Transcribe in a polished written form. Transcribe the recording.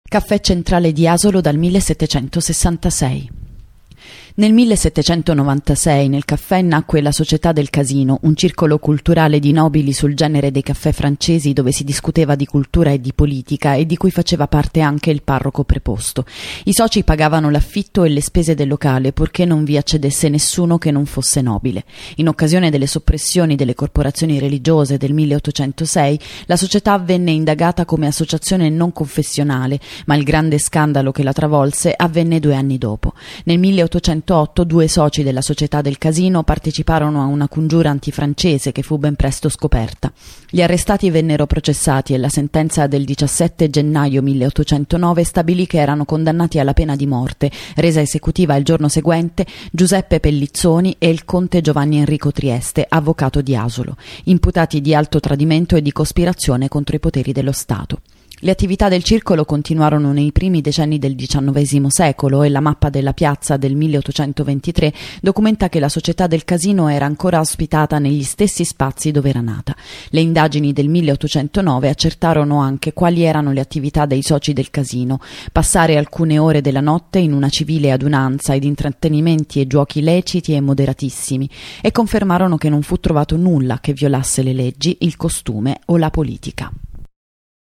Caffè Centrale di Asolo dal 1766. Nel 1796 nel caffè nacque la Società del Casino, un circolo culturale di nobili sul genere dei caffè francesi dove si discuteva di cultura e di politica e di cui faceva parte anche il parroco preposto. I soci pagavano l'affitto e le spese del locale purché non vi accedesse nessuno che non fosse nobile. In occasione delle soppressioni delle corporazioni religiose del 1806 la società venne indagata come associazione non confessionale, ma il grande scandalo che la travolse avvenne 2 anni dopo. Nel 1808 2 soci della Società del Casino parteciparono a una congiura antifrancese che fu ben presto scoperta. Gli arrestati vennero processati e la sentenza del 17 gennaio 1809 stabilì che erano condannati alla pena di morte, resa esecutiva il giorno seguente, Giuseppe Pellizzoni e il conte Giovanni Enrico Trieste, avvocato di Asolo, imputati di alto tradimento e di cospirazione contro i poteri dello Stato. Le attività del circolo continuarono nei primi decenni del XIX secolo e la mappa della piazza del 1823 documenta che la Società del Casino era ancora ospitata negli stessi spazi dove era nata. Le indagini del 1809 accertarono anche quali erano le attività dei soci del casino: passare alcune ore della notte in una civile adunanza ed intrattenimenti e giochi leciti e moderatissimi, e confermarono che non fu trovato nulla che violasse le leggi, il costume o la politica.